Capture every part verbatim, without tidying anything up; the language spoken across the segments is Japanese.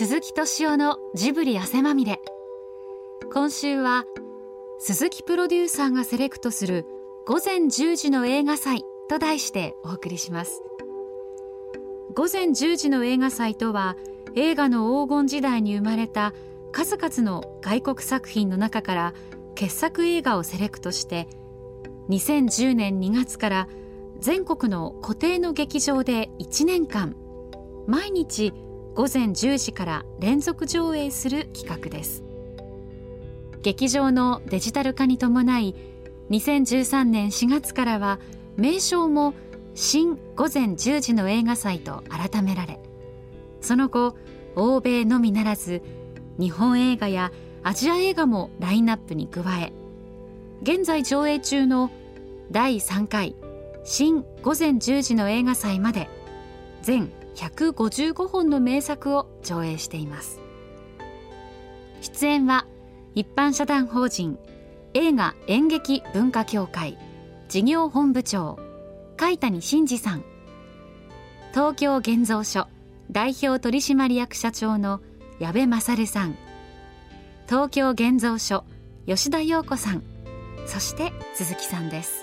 鈴木敏夫のジブリ汗まみれ。今週は鈴木プロデューサーがセレクトする午前じゅうじの映画祭と題してお送りします。午前じゅうじの映画祭とは、映画の黄金時代に生まれた数々の外国作品の中から傑作映画をセレクトして、にせんじゅうねんにがつから全国の固定の劇場でいちねんかん毎日午前じゅうじから連続上映する企画です。劇場のデジタル化に伴い、にせんじゅうさんねんしがつからは名称も新午前じゅうじの映画祭と改められ、その後欧米のみならず日本映画やアジア映画もラインナップに加え、現在上映中のだいさんかい新午前じゅうじの映画祭まで全ひゃくごじゅうごほんの名作を上映しています。出演は一般社団法人映画演劇文化協会事業本部長海谷真二さん、東京現像所代表取締役社長の矢部勝さん、東京現像所吉田陽子さん、そして鈴木さんです。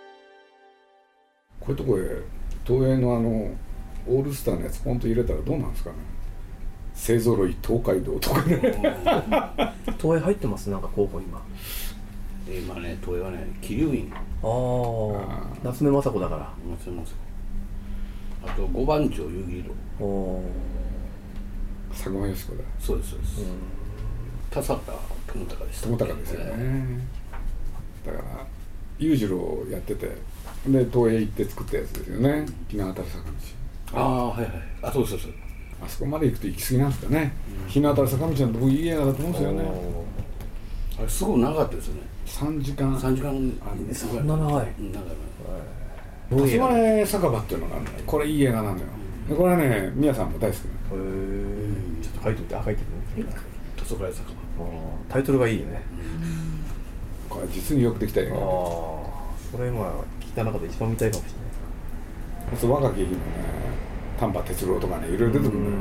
こういうとこへ東映のあのオールスターのやつポンと入れたらどうなんですかね。勢ぞろい東海道とかね東映入ってます。なんか候補今今ね、東映はね、桐生院、 ああ夏目雅子だから、 夏目雅子、あと五番町遊戯楼、 お佐久間よし子だ。 そうですそうです、田坂智隆でした。 友高ですよね。だから裕次郎やってて、で東映行って作ったやつですよね。日の当たる坂道。 ああはいはい、あそうそうそう、 あそこまで行くと行き過ぎなんですかね。日の当たる坂道なんて僕いい映画だと思うんですよね。 あれすごく長かったですよね。 さんじかんさんじかんあるんです。 そんな長い。 長い。 黄昏酒場っていうのがあるのよ。これいい映画なのよ。でこれはね、宮さんも大好きなの。 へえ、ちょっと書いておいて、あ、書いてるね。 黄昏酒場。 タイトルがいいよね。 これ実によくできた映画。ああ、 それ今聞いた中で一番見たいかもしれない。 そう若き日のね、丹波哲郎とかね、いろいろ出てくるのよ。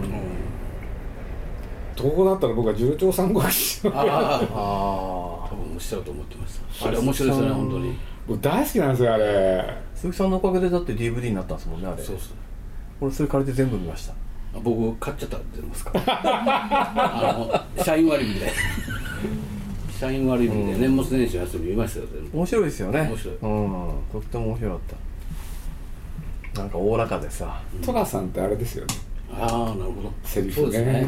東宝だったら僕は十丁三国志。 ああ、多分面白いと思ってました。あれ面白いですよね、本当に。 僕大好きなんですよあれ。 鈴木さんのおかげでだって ディーブイディー になったんですもんね、あれ。 そうそう。 俺それ借りて全部見ました。 僕買っちゃったって言いますか。あの社員割引で。社員割引で年末年始のやつ見ましたよ。 面白いですよね。 面白い。 うん、とっても面白かった。なんかおおらかでさ。 寅さんってあれですよね。 ああ、なるほど。 セリフね。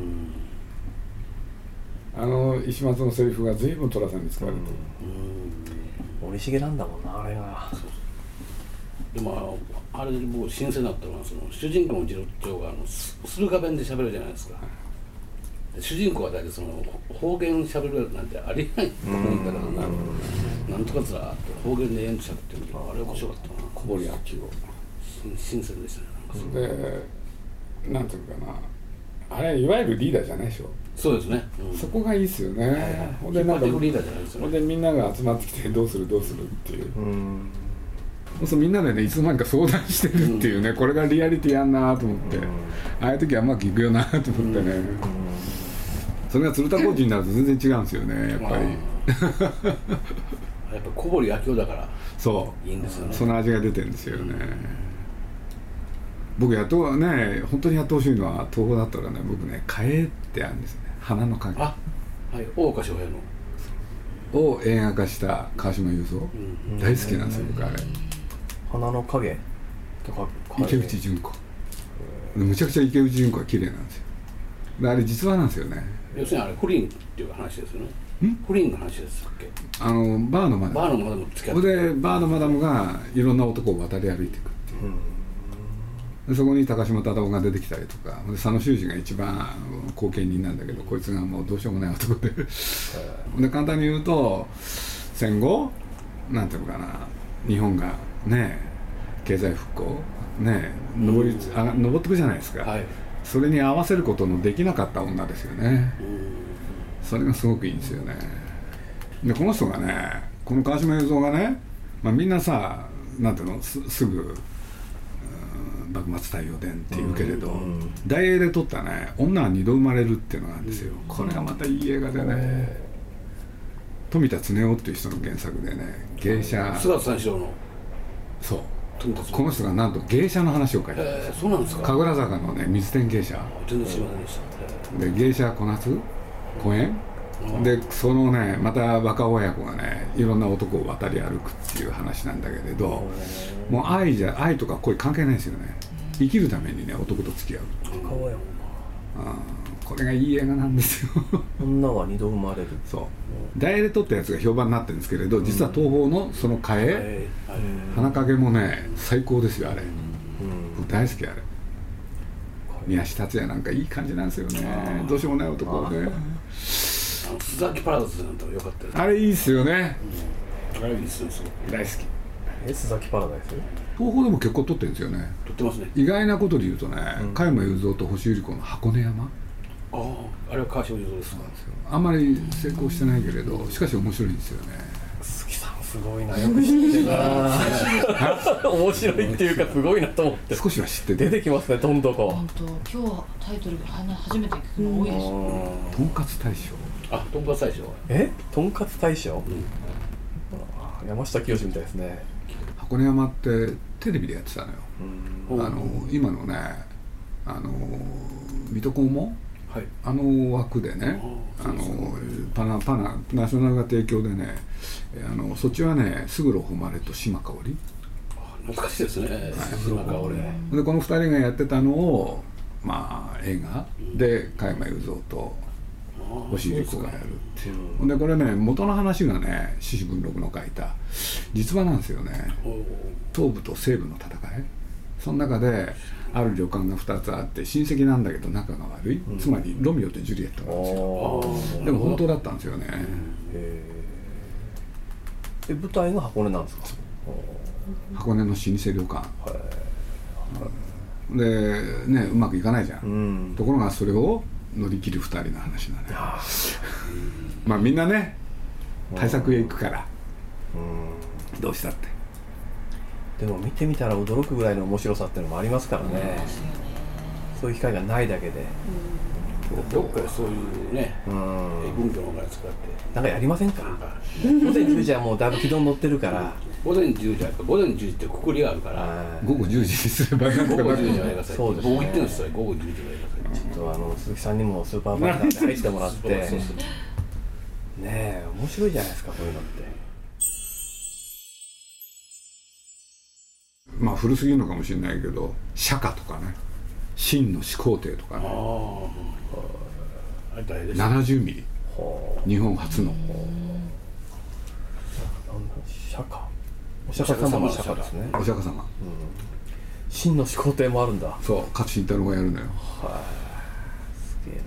あの石松のセリフが随分寅さんに使われてる。 森重なんだもんな、あれが。 でもあれで僕新鮮だったのは、その主人公の次郎長があの駿河弁で喋るじゃないですか。主人公は大体その方言喋るなんてありえないと思うんだけどな、なんとかつらーって方言で演じ喋ってるけど、あれ面白かったな。 小堀明夫。 新鮮でしたね。 で、なんていうかな、あれいわゆるリーダーじゃないでしょ。 そうですね、 うん、そこがいいですよね。ほんでなんか、ほんでみんなが集まってきてどうするどうするっていう。うん、そうするとみんなでねいつの間にか相談してるっていうね、うん、これがリアリティやんなと思って、うん、ああいう時はうまくいくよなと思ってね。うんうん、それが鶴田浩二になると全然違うんですよね、やっぱり。 やっぱ小堀明夫だからそういいんですよね。 その味が出てるんですよね。僕やっとね、本当にやってほしいのは東宝だったらね、僕ね、カエってあるんですよね、花の影。 あ、はい、大岡翔平のを映画化した川島雄三、うん、大好きなんですよ、僕あれ。 花の影とか池内純子、むちゃくちゃ池内純子が綺麗なんですよ。あれ実話なんですよね。 要するにあれ不倫っていう話ですよね。不倫の話ですっけ。 あのバーのマダム、 バーのマダム付き合ってでバーのマダムがいろんな男を渡り歩いていくっていう、うん、でそこに高島忠夫が出てきたりとか、で佐野修二が一番後見人なんだけど、こいつがもうどうしようもない男でで簡単に言うと、戦後なんていうのかな、日本がね経済復興ね上り、うん、上ってくじゃないですか、はい、それに合わせることのできなかった女ですよね。それがすごくいいんですよね。でこの人がね、この川島雄三がね、まあ、みんなさ、なんていうの、 す, すぐ幕末太陽伝っていうけれど、大英で撮ったね「女は二度生まれる」っていうのがあるんですよ。これがまたいい映画でね、富田恒夫っていう人の原作でね、芸者菅田三四郎のそうこの人がなんと芸者の話を書いてるんですよ。 そうなんですか。 神楽坂のね水天芸者全然知りませんでした。 で芸者小夏公園でそのねまた若親子がねいろんな男を渡り歩くっていう話なんだけれど、もう愛じゃ愛とか恋関係ないですよね。生きるためにね男と付き合う。 若親あこれがいい映画なんですよ。 女は二度生まれる。 そう大英で撮ったやつが評判になってるんですけれど、実は東宝のその替え、花影もね最高ですよあれ、僕大好きあれ。宮下達也なんかいい感じなんですよね。どうしようもない男ね。 須崎パラダイスなんてよかったです。 あれいいっすよね。 あれいいですね。 大好き。 え須崎パラダイス東宝でも結構撮ってるんですよね。 撮ってますね。 意外なことで言うとね、加山雄三と星百合子の箱根山、 あああれは川島雄三ですか。 あんまり成功してないけれどしかし面白いんですよね。 鈴木さんすごいな、よく知ってるな面白いっていうかすごいなと思って少しは知ってて出てきますね、どんどこ。 本当今日タイトル初めて聞くの多いですよ。 とんかつ大将。 あ、とんかつ大将。 えとんかつ大将、うん、山下清みたいですね。 箱根山ってテレビでやってたのよ、 うん、 あの今のねあの水戸黄門、はい、あの枠でね、あのパナパナナショナルが提供でね、あのそっちはね勝呂誉と島香織、 懐かしいですね、はい、島香織でこのふたりがやってたのをまあ映画で加山雄三と星百合子がやるっていう、でこれね元の話がね獅子文禄の書いた実話なんですよね。東部と西部の戦い、その中である旅館がふたつあって親戚なんだけど仲が悪い、うん、つまりロミオとジュリエットなんですよ。でも本当だったんですよね。 へえ。舞台が箱根なんですか。 箱根の老舗旅館でねうまくいかないじゃん、うん、ところがそれを乗り切るふたりの話なのよ。まあみんなね対策へ行くから、うん、どうしたって。 でも見てみたら驚くぐらいの面白さっていうのもありますからね、うん、そういう機会がないだけで、 うん、どっかでそういうね、うん、文化のお金使ってなんかやりませんか。午前じゅうじはもうだいぶ軌道に乗ってるから、 午前じゅうじは午前じゅうじってくくりがあるから午後じゅうじにすれば午後じゅうじは映画祭。 そうですね、 僕言ってるんですよ、午後じゅうじは映画祭。 ちょっとあの鈴木さんにもスーパーバイザーで入ってもらってねえ面白いじゃないですかこういうのって。 まあ古すぎるのかもしれないけど釈迦とかね秦の始皇帝とかね、 ああななじゅうミリ日本初の釈迦お釈迦様の釈迦ですね。 お釈迦様、 秦の始皇帝もあるんだ。 そう勝新太郎がやるのよ。 はい、すげえ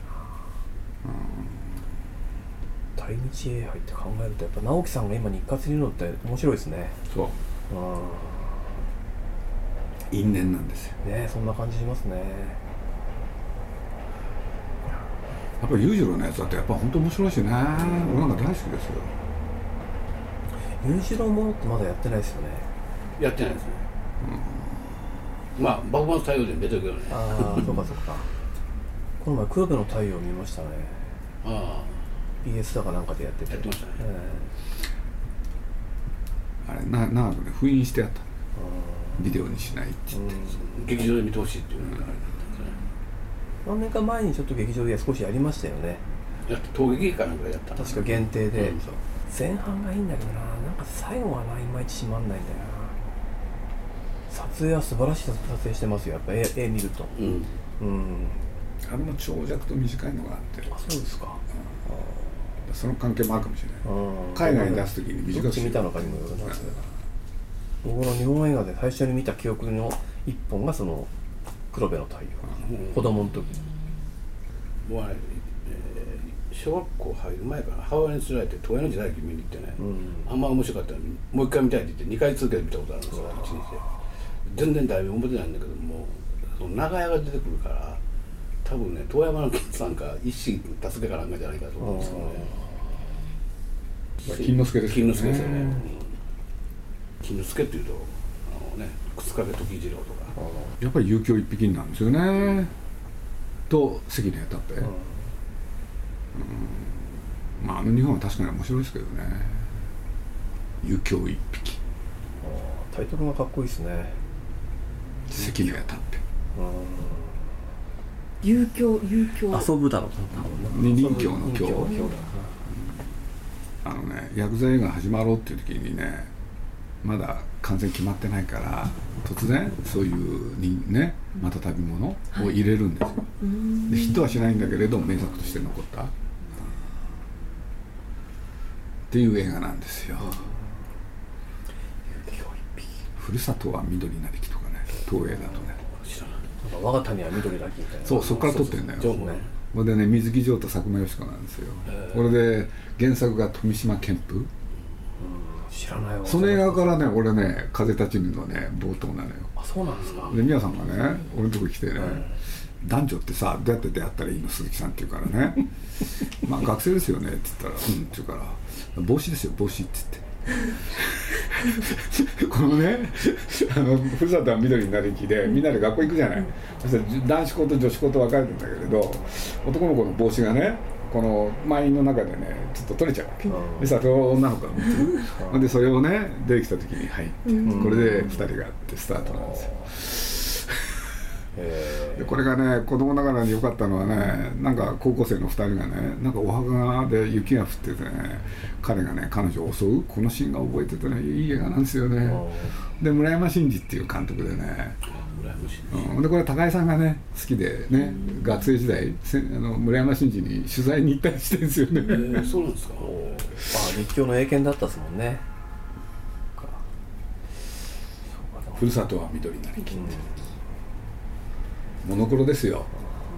な。対日英杯って考えるとやっぱ直樹さんが今日活にいるのって面白いですね。 そう、因縁なんですよね。そんな感じしますね。 やっぱり裕次郎のやつだってやっぱ本当面白いしね、俺なんか大好きですよ。 裕次郎ものってまだやってないですよね。 やってないですね、うん、まあ幕末太陽伝出てるけどね。 ああそうかそうかこの前黒部の太陽を見ましたね。ああ ビーエス だかなんかでやっててやってましたね、 えー、あれな長くね封印してやったビデオにしないって言って、 うん、劇場で見てほしいっていうのがあれだったんですね。 何年か前にちょっと劇場で少しやりましたよね。 やって陶芸かなんかやった確か限定で、うん、前半がいいんだけどな、なんか最後はないまいちしまんないんだよな。撮影は素晴らしい撮影してますよ、やっぱ絵、絵見ると、うんうん、 あれも長尺と短いのがあって。 あ、そうですか、 うん、その関係もあるかもしれない。海外に出すときに短くどっち見たのかにもよるな、それが僕の日本映画で最初に見た記憶の一本がその黒部の太陽、うん、子供の時にもうあれ、えー、小学校入る前から母親に連れられて東映の時代劇見に行ってね、うん、あんま面白かったのにもう一回見たいって言ってにかい続けて見たことあるんですよ、いちにちで。全然題名覚えてないんだけども、その長屋が出てくるから多分ね遠山の金さんか一心助けかなんかじゃないかと思うんですけどね。 金之助ですね。 金之助ですよね、うん、金之助っていうとうね靴掛時次郎とかやっぱり遊興一匹なんですよねと関根たって、うん、まああの日本は確かに面白いですけどね遊興一匹タイトルがかっこいいですね関根たって遊興遊興遊ぶだろう二人郷の郷あのねヤクザ映画始まろうっていう時にねまだ完全決まってないから突然そういうにねまた旅物を入れるんですよ、はい、でヒットはしないんだけれど名作として残ったっていう映画なんですよ。ふるさとは緑なりきとかね東映だとね我が民は緑だきみたいなそうそっから撮ってんだよこれでね水木城と佐久間義子なんですよ。これで原作が富島健夫知らないわその映画からね俺ね風立ちぬのね冒頭なのよ。 あそうなんですか。 で宮さんがね俺のとこ来てね、男女ってさどうやって出会ったらいいの鈴木さんって言うからねまあ学生ですよねって言ったらうんって言うから帽子ですよ帽子って言ってこのねあのふるさとは緑になりきでみんなで学校行くじゃない。そしたら男子校と女子校と分かれてるんだけれど男の子の帽子がねこの満員の中でねちょっと取れちゃうわけ。でさそれを女の子が見てるでそれをね出てきた時に入ってこれでふたりがあってスタートなんですよ。でこれがね子供ながらに良かったのはねなんか高校生のふたりがねなんかお墓で雪が降っててね彼がね彼女を襲うこのシーンが覚えててねいい映画なんですよね。で村山真治っていう監督でね、うん、でこれ高井さんがね好きでね学生時代せあの村山真治に取材に行ったりしてるんですよね。えー、そうなんですか。 あ立教の英検だったですもんね。 ふるさとは緑なりきって、うんモノクロですよ。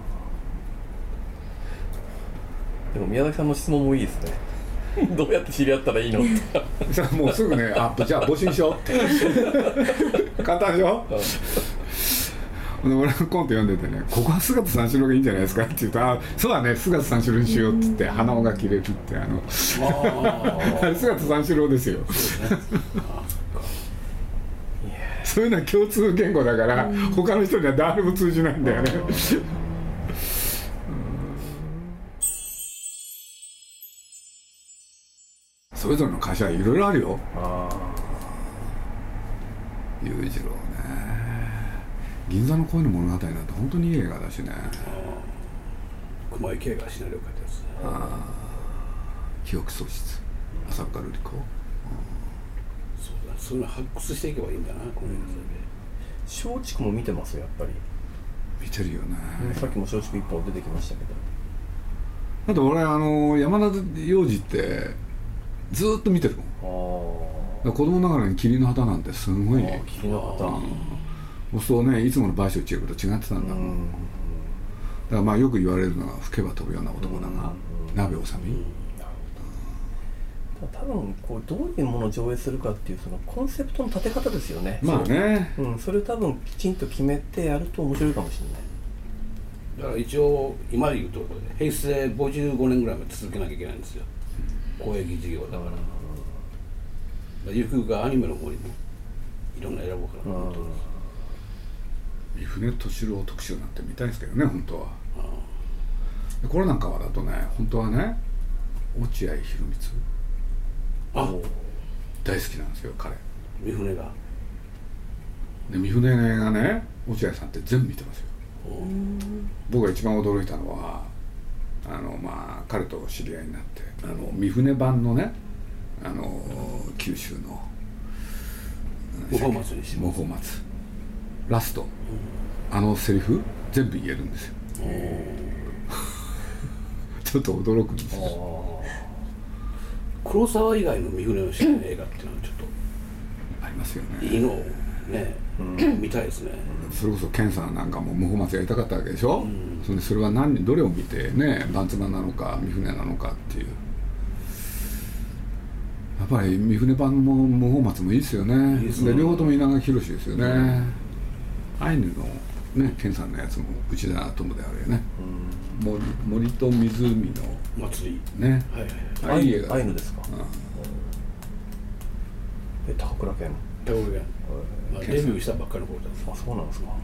でも宮崎さんの質問もいいですねどうやって知り合ったらいいのってもうすぐねあじゃあ募集しようって簡単でしょ、うん、俺のコント読んでてねここは菅田三四郎がいいんじゃないですかって言うとあそうだね菅田三四郎にしようって言って鼻緒が切れるってあのあれ菅田三四郎ですよそういうのは共通言語だから、うん、他の人には誰も通じないんだよねそれぞれの会社はいろいろあるよ。裕次郎ね銀座の恋の物語なんて本当にいい映画だしね。 熊井慶がシナリオ書いたやつ。あ記憶喪失浅岡瑠璃子。 そうだそういうの発掘していけばいいんだなこの映画で。松竹も見てますやっぱり。 見てるよね。 さっきも松竹一本出てきましたけど。 だって俺あの山田洋次ってずーっと見てるもん。子供ながらに霧の旗なんてすごいね。 霧の旗。 うん、そうねいつもの売春千恵子と違ってたんだもん。うん、だからまあよく言われるのが吹けば飛ぶような男だが鍋治美。 多分こうどういうものを上映するかっていうそのコンセプトの立て方ですよね。 まあね。 うん、それを多分きちんと決めてやると面白いかもしれない。 だから一応今で言うと平成ごじゅうごねんぐらいまで続けなきゃいけないんですよ。公益事業だから。うん、ゆくゆくはアニメの方にもいろんな選ぼうかなと思ってます。 三船敏郎特集なんて見たいんですけどね本当は。でこれなんかはだとね本当はね落合博満あ大好きなんですよ彼。 三船がで三船の映画ね落合さんって全部見てますよ。僕が一番驚いたのはあのまあ彼と知り合いになってあの三船版のねあの九州の五宝松にし五宝松ラストあのセリフ全部言えるんですよ。ちょっと驚くんですよ。 黒沢以外の三船の映画っていうのはちょっとありますよね。 いいのをね、うん、見たいですね。それこそ健さんなんかも無法松やりたかったわけでしょ、うん、それでそれは何どれを見てね番妻なのか三船なのかっていうやっぱり三船版も無法松もいいですよね。いいで両方とも稲垣浩ですよね、うん、アイヌのね健さんのやつも内田友であるよね、うん、森, 森と湖の祭りね、 はいはいはい、 アイヌですか、 え高倉健高倉健、まあ、デビューしたばっかりの頃だった。 あそうなんですか。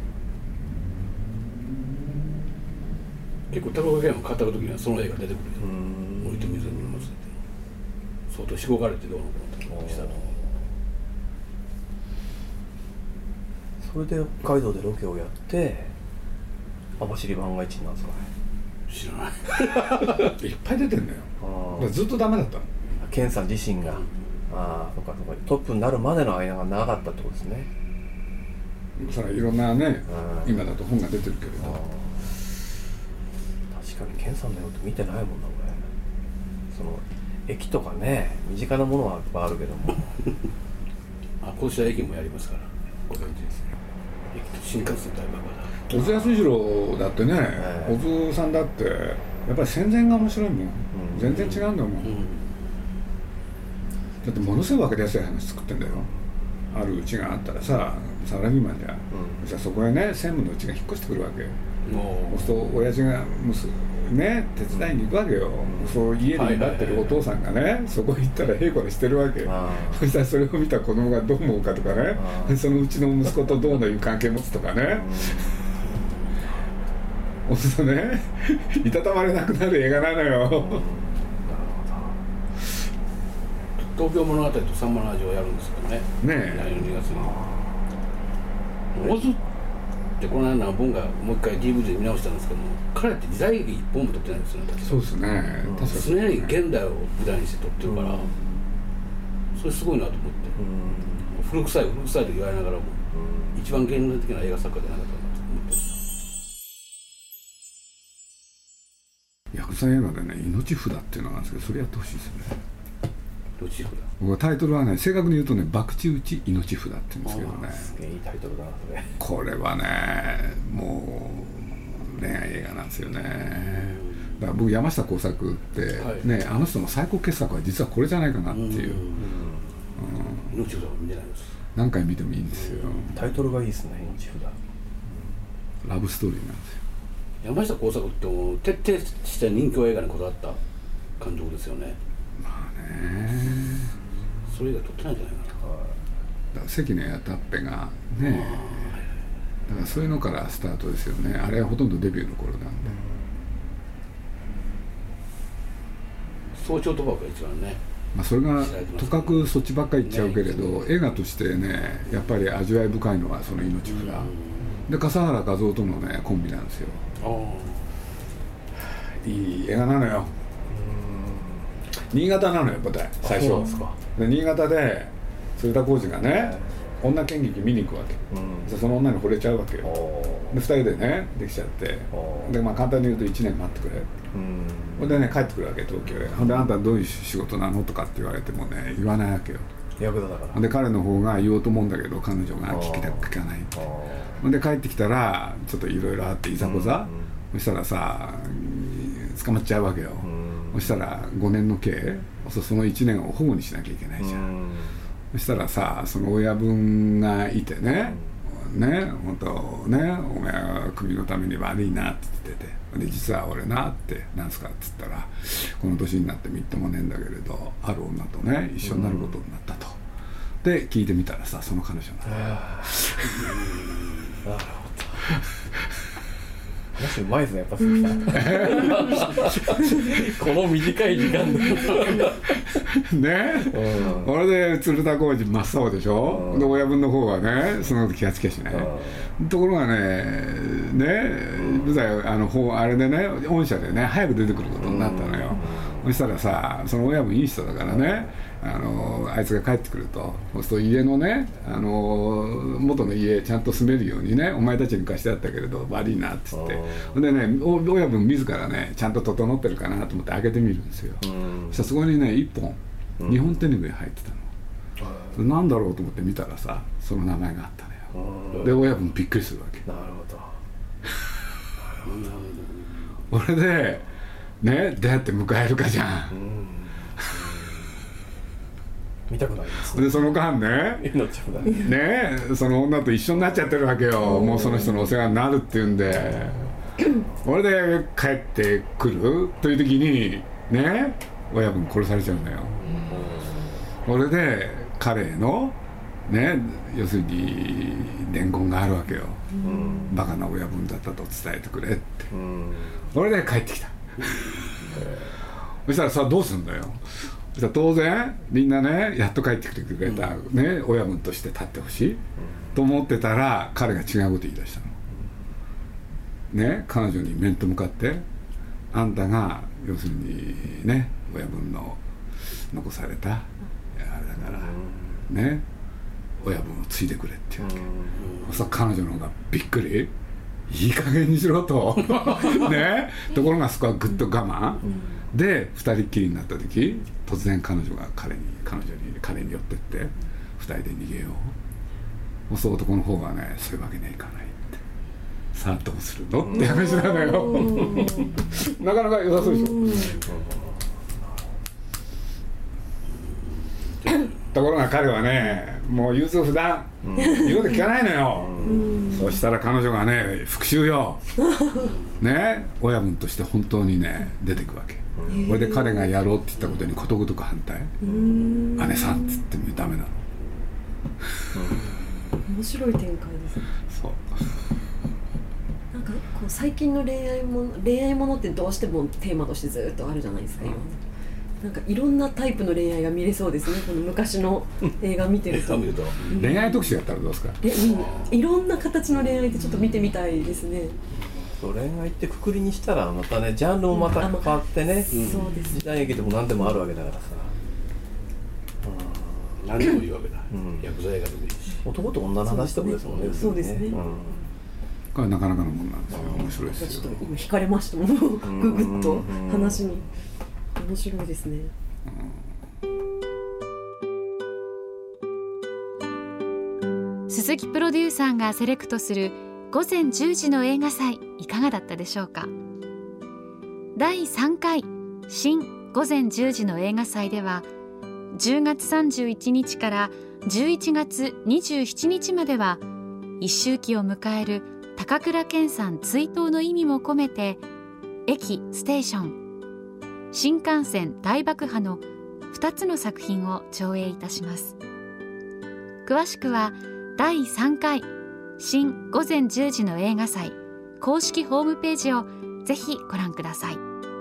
結構高倉健を語るときにはその映画出てくる。森と湖の松で相当しごかれてどうのこうのしたと。 それで北海道でロケをやって網走万が一なんですかね。 知らないいっぱい出てんだよ。だからずっとダメだったの。 健さん自身が、うん、ああそうかそうか、トップになるまでの間が長かったってことですね。 それはいろんなね、今だと本が出てるけれど、 確かに健さんのよって見てないもんな俺。その駅とかね、身近なものはいっぱいあるけどもあ、こうした駅もやりますからご存知ですね。駅と新幹線大爆破だ。 小津安二郎だってね、えー、小津さんだってやっぱり戦前が面白いもん、うん、全然違うんだもん、うん、だってものすごい分かりやすい話作ってんだよ。あるうちがあったらさ、サラリーマンじゃ、うん、じゃあそこへね専務のうちが引っ越してくるわけ。そうすると親父がむすね手伝いに行くわけよ、うん、そう家になってるお父さんがね、はいはいはい、そこ行ったらへいこでしてるわけ。そしたらそれを見た子供がどう思うかとかね、そのうちの息子とどういう関係持つとかね、そうするとねいたたまれなくなる映画なのよ、うん、 東京物語とさんまの味をやるんですけどね。ねえ。来年にがつに。オズってこの間何本かもう一回 ディーブイディー で見直したんですけども、彼って時代劇一本も撮ってないんですよね。 そうですね。 うん、確かに常に現代を舞台にして撮ってるから、うん、それすごいなと思って。うん、古臭い古臭いと言われながらも、うん、一番現代的な映画作家じゃなかったなと思って。 ヤクザ映画でね、命札っていうのがあるんですけど、それやってほしいですよね。 命札。 僕タイトルはね、正確に言うとね、博打打ち命札って言うんですけどね。 すげえいいタイトルだなそれ。 これはね、もう恋愛映画なんですよね。だから僕山下耕作って、はい、ね、あの人の最高傑作は実はこれじゃないかなっていう。 うん、命札は見てないです。 何回見てもいいんですよ。 タイトルがいいですね、命札。 ラブストーリーなんですよ。 山下耕作っても徹底した人気映画にこだわった感情ですよね。 まあね、 それ以外撮ってないんじゃないかな。だから関根やたっぺがね、だからそういうのからスタートですよね。あれはほとんどデビューの頃なんで、 早朝賭博が一番ね、 まあ、それがとかくそっちばっかりいっちゃうけれど、ね、映画としてねやっぱり味わい深いのはその命札で、笠原和夫とのねコンビなんですよ。いい映画なのよ。新潟なのよ舞台最初。ですか。で新潟で鶴田浩二がね女剣劇見に行くわけ、うん、その女に惚れちゃうわけよ。でふたりでねできちゃって、でまあ簡単に言うといちねん待ってくれ、うん、でね帰ってくるわけ東京へ。ほんであんたどういう仕事なのとかって言われてもね言わないわけよ。 ヤクザだから。 で彼の方が言おうと思うんだけど彼女が聞きたく聞かないって。ほんで帰ってきたらちょっといろいろあっていざこざ、うん、そしたらさ捕まっちゃうわけよ、うん、そしたらごねんの刑、そのいちねんを保護にしなきゃいけないじゃん、うん、そしたらさその親分がいてね、うん、ね本当ねお前は首のために悪いなって言ってて、で実は俺なってなんすかって言ったらこの年になってみっともねえんだけれどある女とね一緒になることになったと、うん、で聞いてみたらさその彼女なの。 なるほど。話うまいですねやっぱ鈴木さん。この短い時間でね、うん、俺で鶴田浩二真っ青でしょ、うん、で親分の方はねそのこと気がつけしね、うん、ところがねね舞台あのあれでね御社でね早く出てくることになったのよ、うん、そしたらさその親分いい人だからね、あのあいつが帰ってくるとそうすると家のねあの元の家ちゃんと住めるようにねお前たちに貸してあったけれど悪いなっつってでね親分自らねちゃんと整ってるかなと思って開けてみるんですよ。そしたらそこにねいっぽん日本手拭い入ってたの、なんだろうと思って見たらさその名前があったのよ。で親分びっくりするわけ。 なるほど。 俺でねどうやって迎えるかじゃん、うん見たくないですね。 でその間ねねその女と一緒になっちゃってるわけよ。もうその人のお世話になるっていうんで俺で帰ってくるという時にね親分殺されちゃうんだよ。俺で彼へのね、要するに伝言があるわけよ、うん、バカな親分だったと伝えてくれって、うん、それで帰ってきたそしたらさどうするんだよ。そしたら当然みんなねやっと帰ってきてくれた、うんね、親分として立ってほしい、うん、と思ってたら彼が違うこと言い出したのね。彼女に面と向かってあんたが要するにね親分の残されたあれだからね親分を継いでくれっていうわけ。そしたら彼女の方がびっくりいい加減にしろとね。ところがそこはぐっと我慢、うん、でふたりっきりになった時突然彼女が彼に彼女に彼に寄ってってふたりで逃げよう。そう男の方がねそういうわけにはいかないってさあどうするのって話なのよなかなか良さそうでしょ。ところが彼はねもう融通不断、うん、言うこと聞かないのよ、うん、そしたら彼女がね復讐よね親分として本当にね出てくわけ。これで彼がやろうって言ったことにことごとく反対。姉さんっつってもダメなの。 面白い展開ですね。 そうなんかこう最近の恋愛も恋愛ものってどうしてもテーマとしてずっとあるじゃないですか、今。なんかいろんなタイプの恋愛が見れそうですね、この昔の映画見てると恋愛特集やったらどうですか。 え、うん、いろんな形の恋愛ってちょっと見てみたいですね。 恋愛ってくくりにしたらまたねジャンルもまた変わってね、うん、そうです。時代劇でも何でもあるわけだからさ、 うん、何でもいいわけだ、うん、薬剤映画でもいいし男と女の話とかですもんね。 そうですね、うん、 これなかなかのもんなんですよ。面白いですよ。 ちょっと今惹かれましたもんググッと話に。面白いですね、 うん、鈴木プロデューサーがセレクトするごぜんじゅうじの映画祭いかがだったでしょうか。だいさんかい新ごぜんじゅうじの映画祭ではじゅうがつさんじゅういちにちからじゅういちがつにじゅうしちにちまでは一周忌を迎える高倉健さん追悼の意味も込めて駅ステーション新幹線大爆破のふたつの作品を上映いたします。詳しくはだいさんかい新ごぜんじゅうじの映画祭公式ホームページをぜひご覧ください。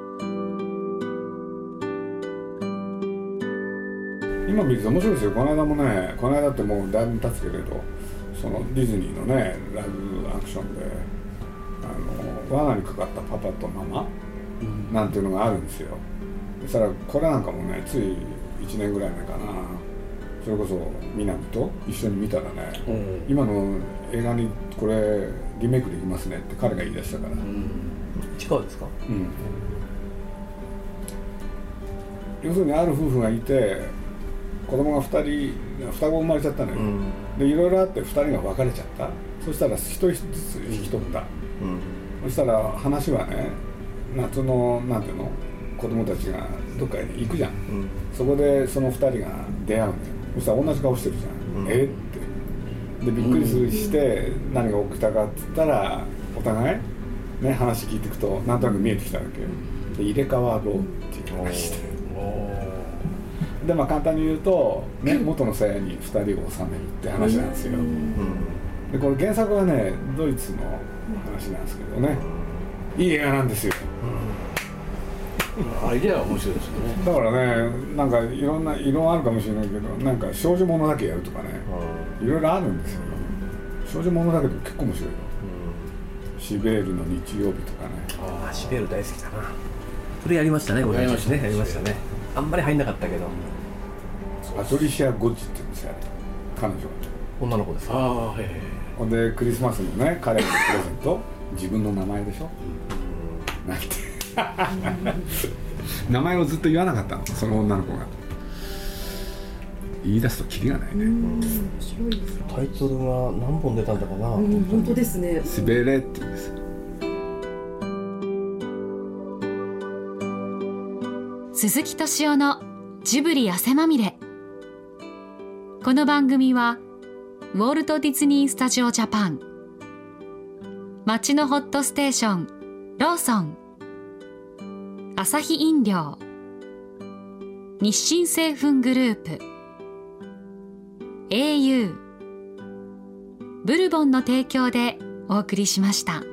今見ると面白いですよ。この間もね、この間ってもうだいぶ経つけれど、そのディズニーのねライブアクションであの罠にかかったパパとママなんていうのがあるんですよ。そしたらこれなんかもねついいちねんぐらい前かな、それこそ南と一緒に見たらね、うん、今の映画にこれリメイクできますねって彼が言い出したから、うん、 近いですか、 うん、要するにある夫婦がいて子供がふたり双子生まれちゃったのよ、うん、でいろいろあってふたりが別れちゃった。そしたらひとりずつ引き取った、うん、そしたら話はね夏のなんていうの子供たちがどっかに行くじゃん、うん、そこでそのふたりが出会うのよ。そしたら同じ顔してるじゃん、うん、えってでびっくりするして何が起きたかって言ったらお互いね話聞いていくとなんとなく見えてきたわけよ。で入れ替わろうっていう話で、でまあ簡単に言うと、ね、元の鞘にふたりを収めるって話なんですよ。でこれ原作はねドイツの話なんですけどね、いい映画なんですよ。 アイデアは面白いですよね。 だからねなんかいろんな色あるかもしれないけど、なんか少女ものだけやるとかね、いろいろあるんですよ。少女ものだけど結構面白いよ、うん、シベールの日曜日とかね。 ああシベール大好きだな。それやりましたね。これやりましたね。やりましたね。あんまり入んなかったけど、 パトリシア・ゴッジって言うんですよね、彼女は。 女の子ですか。 ああ、はい。 ほんでクリスマスのね彼のプレゼント自分の名前でしょ、うん、なんて名前をずっと言わなかったの、その女の子が。言い出すとキリがないね。面白いです。 タイトルが何本出たんだかな。 うん、本当ですね。 スベレって言うんですよ。 鈴木敏夫のジブリ汗まみれ。この番組はウォルト・ディズニー・スタジオ・ジャパン、街のホットステーションローソン、アサヒ飲料、日清製粉グループ、 エーユー ブルボンの提供でお送りしました。